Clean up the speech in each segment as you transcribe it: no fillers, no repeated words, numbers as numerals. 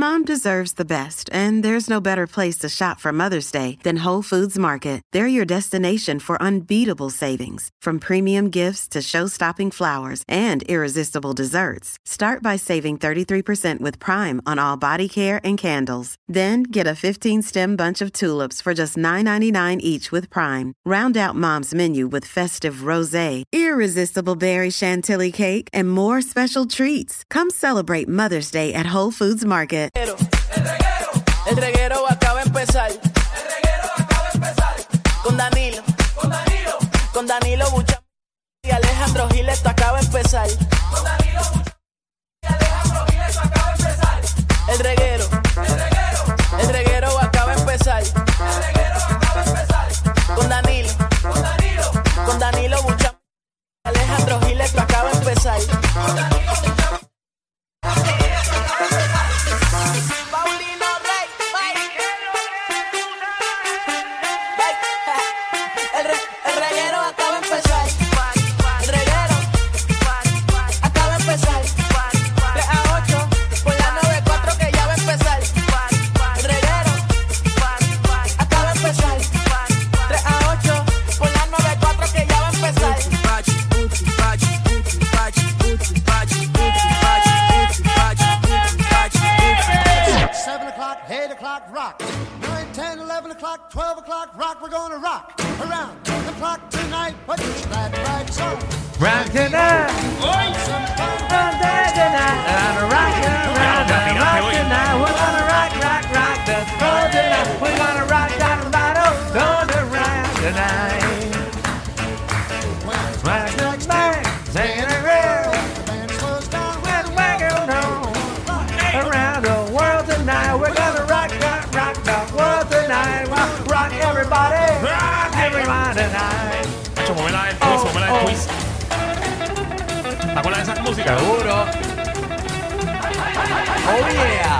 Mom deserves the best, and there's no better place to shop for Mother's Day than Whole Foods Market. They're your destination for unbeatable savings, from premium gifts to show-stopping flowers and irresistible desserts. Start by saving 33% with Prime on all body care and candles. Then get a 15-stem bunch of tulips for just $9.99 each with Prime. Round out Mom's menu with festive rosé, irresistible berry chantilly cake, and more special treats. Come celebrate Mother's Day at Whole Foods Market. El reguero acaba de empezar. Con Danilo Buchan y Alejandro Gil, esto acaba de empezar. El reguero acaba de empezar. Con Danilo Buchan y Alejandro Gil, esto acaba de empezar. Rock. 9, 10, 11 o'clock, 12 o'clock, rock, we're gonna rock around the clock tonight. Put that right song. Rock tonight. Rock tonight. Rock tonight. We're gonna rock the floor tonight. We're gonna rock down around tonight. Rock tonight. Singing it real. The band slows down. We're going on around the world tonight. We're gonna rock the world tonight. Rock everybody. Rock everybody tonight. Móvela del twist. ¿Te acuerdas de esas músicas? Seguro. Oh yeah.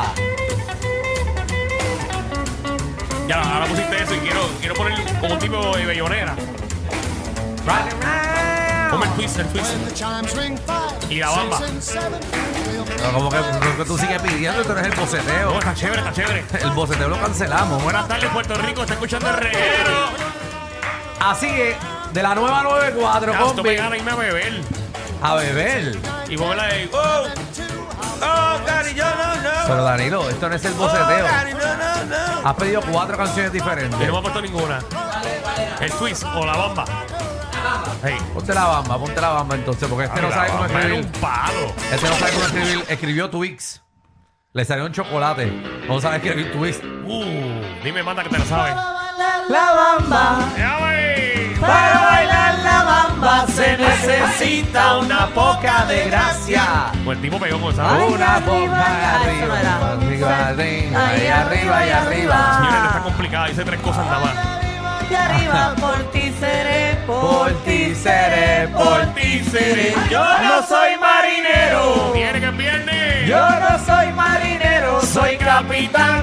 Ya, ahora pusiste eso y quiero poner como un tipo de bellonera. Rock around. Ponme el twist. When the chimes ring 5, Y la bamba. 6 and 7. No, como que tú sigues pidiendo, esto no es el boceteo. No, está chévere. El boceteo lo cancelamos. Buenas tardes, Puerto Rico. Está escuchando el reguero. Así es, de la nueva 94, Esto compi. me gana irme a beber. A beber. Y póngela de... Cari, yo no. Pero Danilo, esto no es el boceteo. Cari, no. Has pedido 4 canciones diferentes. Y no me ha puesto ninguna. El twist o la bamba. Hey. Ponte la bamba entonces, porque este no sabe cómo Era escribir. un palo. Este no sabe cómo escribir. Escribió Twix. Le salió un chocolate. No sabe escribir Twix. Dime, manda que te la sabes. La bamba. ¡Ya, wey! Para bailar la bamba se necesita una poca de gracia. Pues el tipo pegó con esa. Una poca arriba, ahí arriba. Señores, no está complicada. Dice 3 cosas nada más. De arriba, por ti seré, Por ti seré, por ti seré. Yo no soy marinero. Viene que viene. Yo no soy marinero. Soy capitán.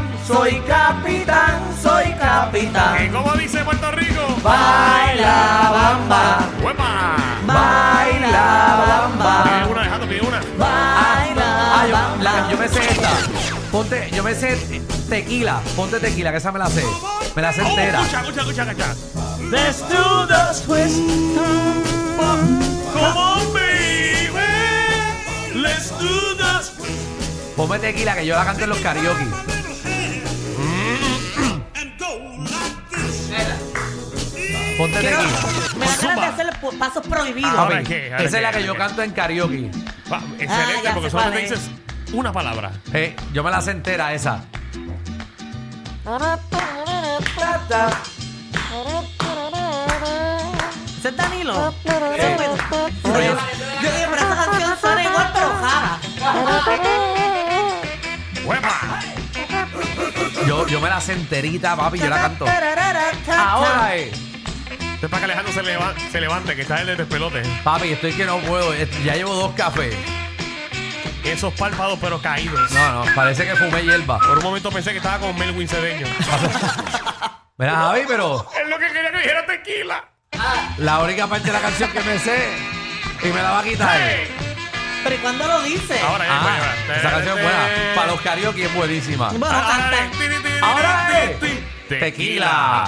¿Y cómo dice Puerto Rico? Baila bamba. ¡Huepa! Baila bamba. Pide una, Alejandro, pide una. Yo me sé esta. Yo me sé tequila. Ponte tequila, que esa me la sé. Me la sé entera. Escucha. Let's do the twist. Come on, baby. Let's do this. Ponme tequila, que yo la canto en los karaoke. Ponte tequila. Me da ganas de hacer pasos prohibidos. Ahora es que. Esa es la que yo canto en karaoke. Excelente, ya porque sé cuál solamente es. dices una palabra. Yo me la sé entera esa. ¿Ese es Danilo? Yo digo, pero esa canción suena igual, pero jara. ¡Huepa! Yo me la sé enterita, papi, yo la canto. Ahora Esto es para que Alejandro se levante, que está el de despelote. Papi, estoy que no puedo. Ya llevo 2 cafés. Esos párpados pero caídos. No, parece que fumé hierba. Por un momento pensé que estaba con Melwin Cedeño. Mira, Javi, pero Es lo que quería que dijera tequila. la única parte de la canción que me sé y me la va a quitar. Hey. Pero ¿y cuándo lo dice? Ahora ya. Ajá, esa canción es buena. Para los karaoke es buenísima. Bueno, cantar. Ahora es tequila.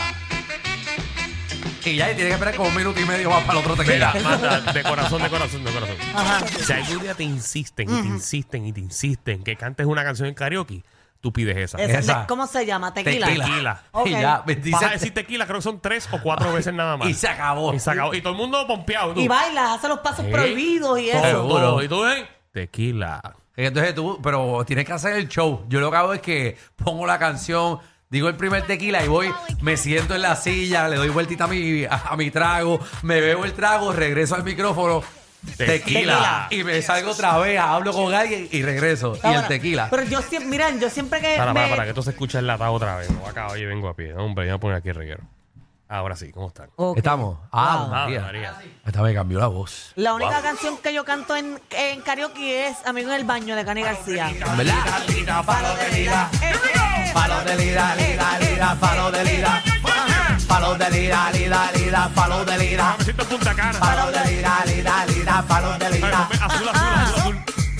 Y ya tiene que esperar como 1 minuto y medio más para el otro tequila. Mira, manda, de corazón. Ajá. Si algún día te insisten que cantes una canción en karaoke, tú pides esa. Esa. ¿Cómo se llama? Tequila. Tequila. Ok. Y ya, Vas a decir tequila, creo que son 3 o 4 veces nada más. y se acabó. Y se acabó. Y todo el mundo pompeado. Tú. Y bailas, hace los pasos Sí. prohibidos y eso. Seguro. Y tú ves, tequila. Entonces tú, pero tienes que hacer el show. Yo lo que hago es que pongo la canción, digo el primer tequila y voy, me siento en la silla, le doy vueltita a mi trago, me bebo el trago, regreso al micrófono, tequila. Y me salgo otra vez, hablo con alguien y regreso. Está y el bueno. tequila. Pero yo siempre, miren, yo siempre que Para, que esto se escucha enlatado otra vez. No, acá, oye, vengo a pie. Hombre, voy a poner aquí el reguero. Ahora sí, ¿cómo están? Ok. Estamos. Wow. María. Esta me cambió la voz. La única canción que yo canto en karaoke es Amigo en el baño de Cani García. ¿Verdad? Palo de lira. Palo de lira, lira, palo de lira. Palo de lira, lira, palo de lira. Me siento en Punta Cana. Palo de lira, lira, palo de lira. Azul.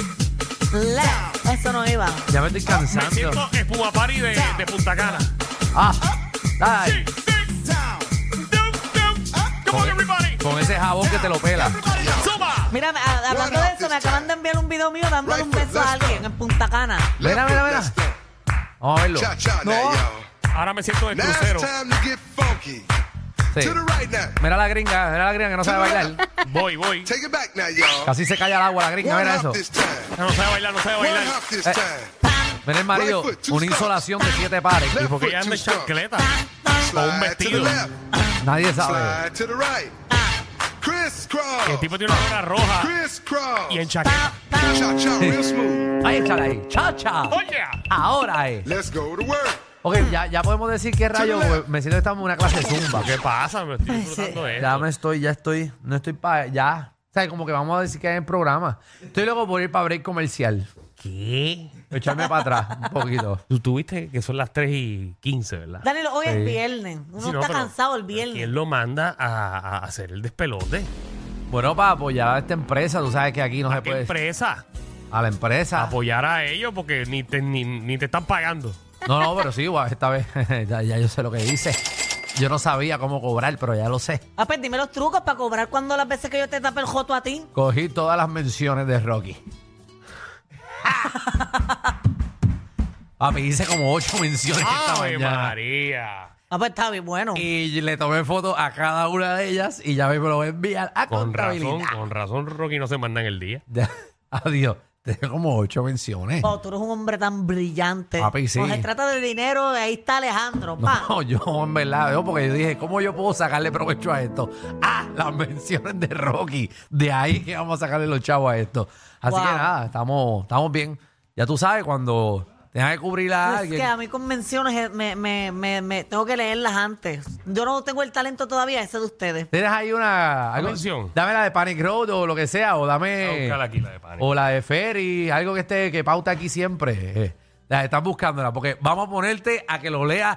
Eso no iba. Ya me estoy Me cansando. siento espuma party de Punta Cana. Ah, ay, Come on, everybody. con ese jabón que te lo pela. Suma. Mira, hablando de eso, me acaban de enviar un video mío dándole un beso a alguien en Punta Cana. Mira. Vamos a verlo. Ahora me siento en crucero. Sí. Mira la gringa que no sabe bailar. Voy. Casi se calla el agua la gringa, mira eso. No sabe bailar. Mira el marido, una insolación de 7 pares. ¿Y por qué ella anda en chancleta? Con un vestido. Nadie sabe. El tipo tiene una gorra roja y en chaqueta. Ahí, échale ahí. Chacha. Oye. Ahora es. Let's go to work. Ok, ya podemos decir qué rayo, porque me siento que estamos en una clase de zumba. ¿Qué pasa? Me estoy disfrutando de esto. No estoy para, ya. O sea, como que vamos a decir que hay en programa. Estoy luego por ir para break comercial. ¿Qué? Echarme para atrás un poquito. Tú tuviste que son las 3:15, ¿verdad? Danilo, hoy Sí. es viernes. Uno Sí, no, está pero cansado el viernes. ¿Quién lo manda a hacer el despelote? Bueno, para apoyar a esta empresa, tú sabes que aquí no se ¿Qué puede. empresa? A la empresa. Apoyar a ellos porque ni te están pagando. No, pero sí, igual, esta vez ya yo sé lo que hice. Yo no sabía cómo cobrar, pero ya lo sé. Ah, pues dime los trucos para cobrar cuando las veces que yo te tape el joto a ti. Cogí todas las menciones de Rocky. Papi, hice como 8 menciones esta ¡Ay, mañana. María! Ah, pues está bien, bueno. Y le tomé fotos a cada una de ellas y ya me lo voy a enviar a Con contabilidad. razón, Rocky no se manda en el día. Adiós. Tengo como 8 menciones. Oh, tú eres un hombre tan brillante. Papi, sí. Cuando se trata de dinero, ahí está Alejandro. Pa. No, yo en verdad, porque yo dije, ¿cómo yo puedo sacarle provecho a esto? Ah, las menciones de Rocky. De ahí que vamos a sacarle los chavos a esto. Así Wow. que nada, estamos bien. Ya tú sabes, cuando tengas que cubrir a Es alguien. que a mí con menciones me tengo que leerlas antes. Yo no tengo el talento todavía ese de ustedes. ¿Tienes ahí una mención? Dame la de Panic Road o lo que sea, o Voy a dame. buscar aquí la de Pánico. O la de Ferry, algo que pauta aquí siempre. Están buscándola, porque vamos a ponerte a que lo lea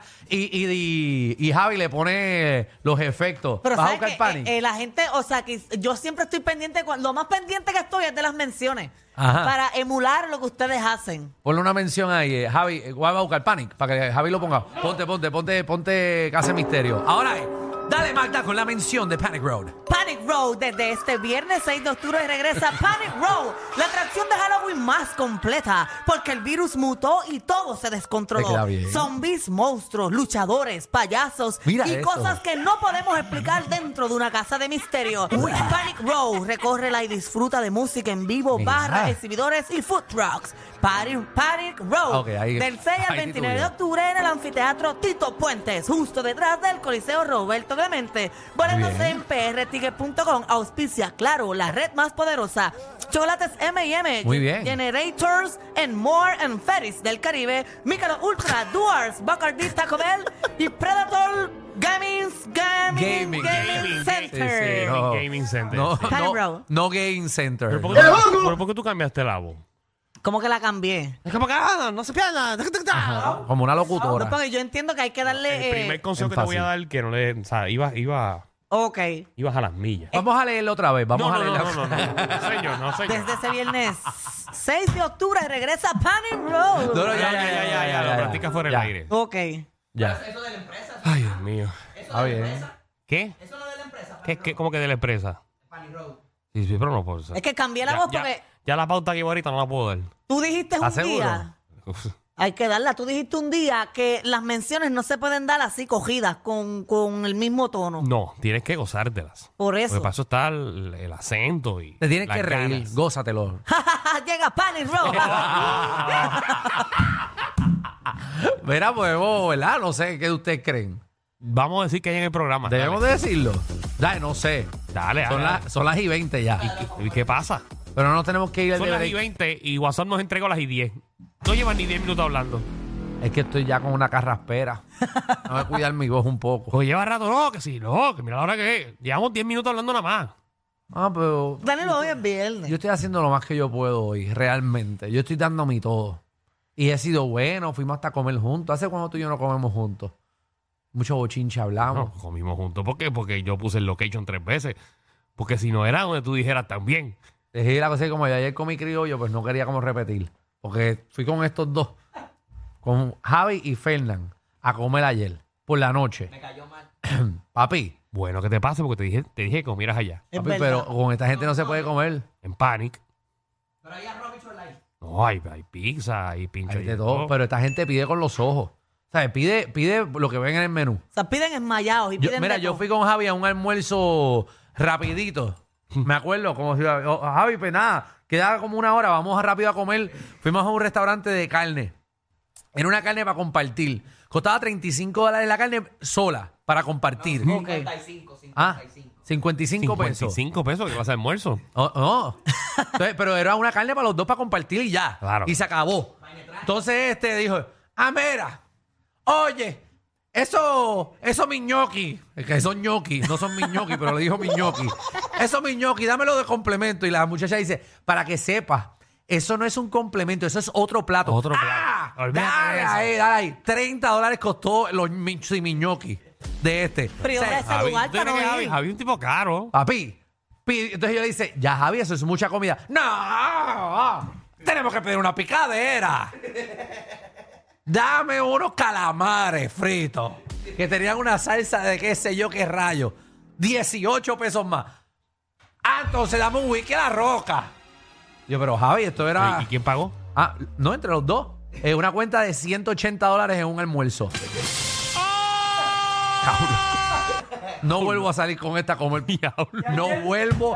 y Javi le pone los efectos. Pero ¿Vas a sabes buscar que Panic? la gente, o sea, que yo siempre estoy pendiente, lo más pendiente que estoy es de las menciones. Ajá. Para emular lo que ustedes hacen. Ponle una mención ahí, Javi. Vamos a buscar Panic para que Javi lo ponga. Ponte Casa Misterio. Ahora, dale Magda con la mención de Panic Road. Panic Road, desde este viernes 6 de octubre regresa Panic Road, la atracción de Halloween más completa, porque el virus mutó y todo se Te descontroló. queda bien. Zombies, monstruos, luchadores, payasos Mira y eso. cosas que no podemos explicar dentro de una casa de misterio. Panic Road, recórrela y disfruta de música en vivo, Mira. barras, exhibidores y food trucks. Panic Road, Ok, ahí- del 6 al ahí 29 de titubeé. octubre en el anfiteatro Tito Puentes, justo detrás del Coliseo Roberto Clemente. Boletos Bien. en prticket.com. Auspicia, claro, la red más poderosa. Chocolates M&M, Muy bien. Generators and More and Ferris del Caribe, Michelob Ultra, Duars, Bacardi, Taco Bell y Predator Gaming Gaming. Center. Sí, no. Gaming Center. No, Panic Road. no Game Center. ¿Pero por qué tú cambiaste la voz? ¿Cómo que la cambié? Es como que no se pierda. Como una No, locutora. porque yo entiendo que hay que darle... El primer consejo que te voy a énfasis. dar, que no le... O sea, iba Ok. Ibas a las millas. Vamos a leerlo otra vez. Vamos no, a leerlo. no, señor, no, señor. Desde ese viernes 6 de octubre regresa Panic Roll. No, no, Ya, lo practica fuera del Ya. aire. Ok. Ya. Ay, Dios mío. Está bien. ¿Qué? Eso es lo de la empresa. ¿Qué? ¿Cómo que de la empresa? Panic Road. Sí, pero no puedo ser. Es que cambié la voz porque Ya la pauta que iba ahorita no la puedo dar. tú dijiste un ¿Estás seguro? día. Hay que darla. Tú dijiste un día que las menciones no se pueden dar así cogidas con el mismo tono. No, tienes que gozártelas. Por Porque eso. para eso está el acento y Te tienes las que reír. ganas. Gózatelo. Llega Panic Roll. Mira, pues, ¿verdad? No sé qué ustedes creen. Vamos a decir que hay en el programa. Debemos de decirlo. Dale, no sé. Dale, Son, dale. son las y 20 ya. ¿Y qué pasa? Pero no nos tenemos que ir al Son las break. y 20 y WhatsApp nos entregó las y 10. No llevan ni 10 minutos hablando. Es que estoy ya con una carraspera. Vamos a cuidar mi voz un poco. Pues lleva rato, no, que sí, no, que mira la hora que es. Llevamos 10 minutos hablando nada más. Ah, pero Danilo, hoy es viernes. yo estoy haciendo lo más que yo puedo hoy, realmente. Yo estoy dando mi todo. Y he sido bueno, fuimos hasta comer juntos. ¿Hace cuándo tú y yo no comemos juntos? Mucho bochinche hablamos. No, comimos juntos. ¿Por qué? Porque yo puse el location 3 veces. Porque si no era donde tú dijeras también. Dejé la cosa que como yo ayer comí criollo, pues no quería como repetir. Porque fui con estos dos, con Javi y Fernán, a comer ayer, por la noche. Me cayó mal. Papi, Bueno, que te pase porque te dije que comieras allá. Es papi, verdad. pero con esta gente no se puede comer. En Panic. Pero ahí a Robinson Live. No, hay pizza, hay pincho. Hay de todo, pero esta gente pide con los ojos. ¿Sabes? Pide lo que ven en el menú. O sea, piden enmayados y piden Mira, de yo todo. fui con Javi a un almuerzo rapidito. Me acuerdo, como si Javi, pues nada, quedaba como una hora, vamos rápido a comer. Fuimos a un restaurante de carne. Era una carne para compartir. Costaba $35 la carne sola para compartir. 55, Ah, 55. 55 pesos. 55 pesos que vas a almuerzo. Oh, no. Entonces, pero era una carne para los dos para compartir y ya. Claro. Y se acabó. Entonces este dijo, mira, oye, eso mi ñoqui, es que son ñoqui, no son mi ñoqui, pero le dijo mi ñoqui. Eso mi ñoqui, dámelo de complemento. Y la muchacha dice, para que sepas, eso no es un complemento, eso es otro plato. Otro plato. ¡Ah! Olvídate de Dale ahí. $30 costó los mi ñoqui de este. Pero O sea, ese lugar ¿tú para crees que no ir. Javi es un tipo caro. Papi, entonces yo le dice, ya Javi, eso es mucha comida. No, tenemos que pedir una picadera. Dame unos calamares fritos que tenían una salsa de qué sé yo qué rayo. 18 pesos más. Ah, entonces dame un whisky a la roca. Yo, pero Javi, esto era... ¿Y quién pagó? Ah, no, entre los dos. Una cuenta de $180 en un almuerzo. Cabrón. No vuelvo a salir con esta a comer. Diablo. No vuelvo.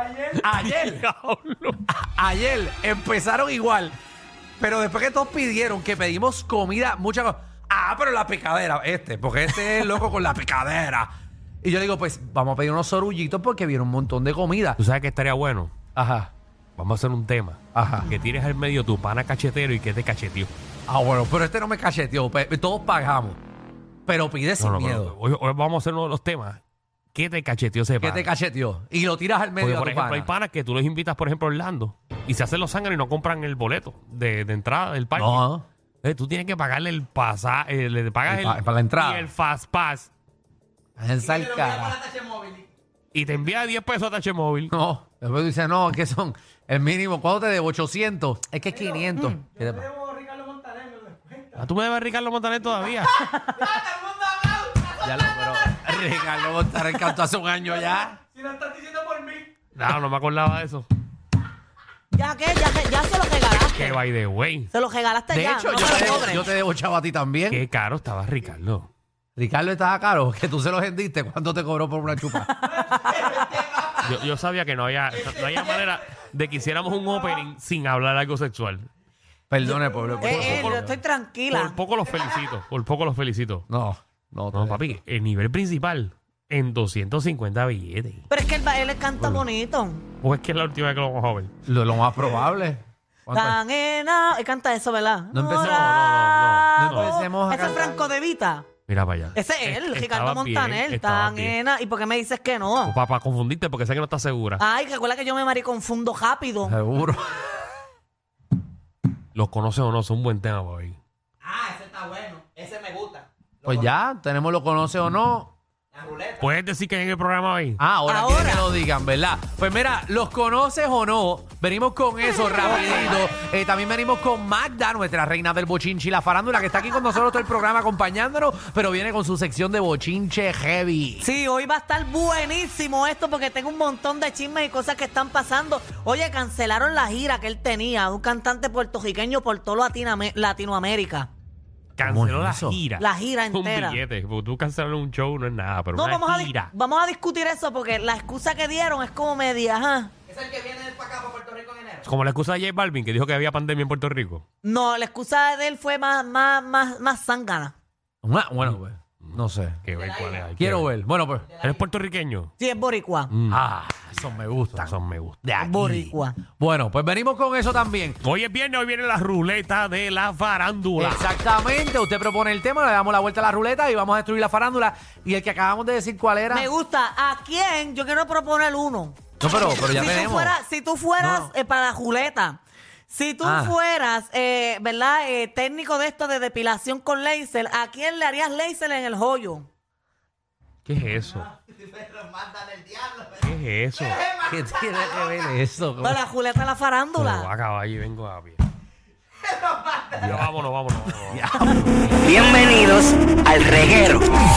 Ayer empezaron igual. Pero después que todos pidieron que pedimos comida, mucha cosa. Ah, pero la picadera, porque este es loco con la picadera. Y yo digo, pues vamos a pedir unos sorullitos porque viene un montón de comida. ¿Tú sabes que estaría bueno? Ajá. Vamos a hacer un tema. Ajá. Que tires al medio tu pana cachetero y que te cacheteó. Ah, bueno, pero este no me cacheteó. Todos pagamos. Pero pide sin miedo. Hoy vamos a hacer uno de los temas. ¿Qué te cacheteó ese ¿Qué pana? te cacheteó? Y lo tiras al medio Porque, por a tu ejemplo, hay pana. panas que tú los invitas, por ejemplo, a Orlando y se hacen los sangres y no compran el boleto de entrada del parque. No. Tú tienes que pagarle el pasaje, le pagas para la entrada. y el Fast Pass Esa el Pero cara. mira para la tache móvil. y te envía 10 pesos a Tache Móvil. No. Después dice, no, es que son el mínimo. ¿Cuánto te debo? 800. Es que es 500. ¿Qué te pasa? Ah, tú me debes a Ricardo Montaner todavía. Ya lo, pero Ricardo Montaner cantó hace un año ya. Si lo estás diciendo por mí. No me acordaba de eso. Ya se lo regalaste. Que by the way. Se lo regalaste De ya. hecho, no yo, se lo te debo, cobres. yo te debo chavo a ti también. Qué caro estaba Ricardo. Ricardo estaba caro, que tú se lo vendiste. ¿Cuánto te cobró por una chupa? Yo sabía que no había manera de que hiciéramos un opening sin hablar algo sexual. Perdone, pueblo. Yo estoy tranquila. Por poco los felicito. Por poco los felicito. No. No, papi, el nivel principal en 250 billetes. Pero es que él canta bonito. Pues es que es la última vez que lo vamos a ver. Lo más probable. ¿Cuánto es? Tan enamorado. Él canta eso, ¿verdad? No empecemos, no empecemos a Ese es cantar. Franco de Vita. Mira para allá. Ese es él, Ricardo Estaba bien, Montaner. estaba Tan bien. enamorado. ¿Y por qué me dices que no? Para confundirte, porque sé que no estás segura. Ay, recuerda que yo me mariconfundo rápido. Seguro. Los conoces o no, son un buen tema para hoy. Ah, ese está bueno. Ese me gusta. Pues ya, tenemos lo conoce o no. ¿Puedes decir que en el programa hoy? Ahora quieren que lo digan, ¿verdad? Pues mira, ¿los conoces o no? Venimos con eso rapidito. También venimos con Magda, nuestra reina del bochinche y la farándula, que está aquí con nosotros todo el programa acompañándonos, pero viene con su sección de bochinche heavy. Sí, hoy va a estar buenísimo esto porque tengo un montón de chismes y cosas que están pasando. Oye, cancelaron la gira que él tenía, un cantante puertorriqueño por todo Latinoamérica. Canceló la gira. La gira entera. Un billete. Porque tú cancelar un show no es nada, pero No, una gira. vamos a discutir eso porque la excusa que dieron es como media, ajá. Es el que viene para acá, para Puerto Rico en enero. Como la excusa de J Balvin, que dijo que había pandemia en Puerto Rico. No, la excusa de él fue más zángana. Bueno, pues, no sé. Que ver cuál es. Quiero ver. Bueno, pues. ¿Eres puertorriqueño? Sí, es boricua. Esos me gustan. Esos me gustan. De aquí. Boricua. Bueno, pues venimos con eso también. Hoy es viernes, hoy viene la ruleta de la farándula. Exactamente, usted propone el tema, le damos la vuelta a la ruleta y vamos a destruir la farándula. Y el que acabamos de decir cuál era. Me gusta. ¿A quién? Yo quiero proponer uno. No, pero ya tenemos. Si tú fueras para la ruleta, si tú fueras, ¿verdad? Técnico de esto de depilación con láser, ¿a quién le harías láser en el joyo? ¿Qué es eso? ¿Qué es eso? ¿Qué tiene que ver eso? Para la ruleta de la Me farándula. voy a acabar y vengo a pie. Ya, vámonos. Bienvenidos al reguero.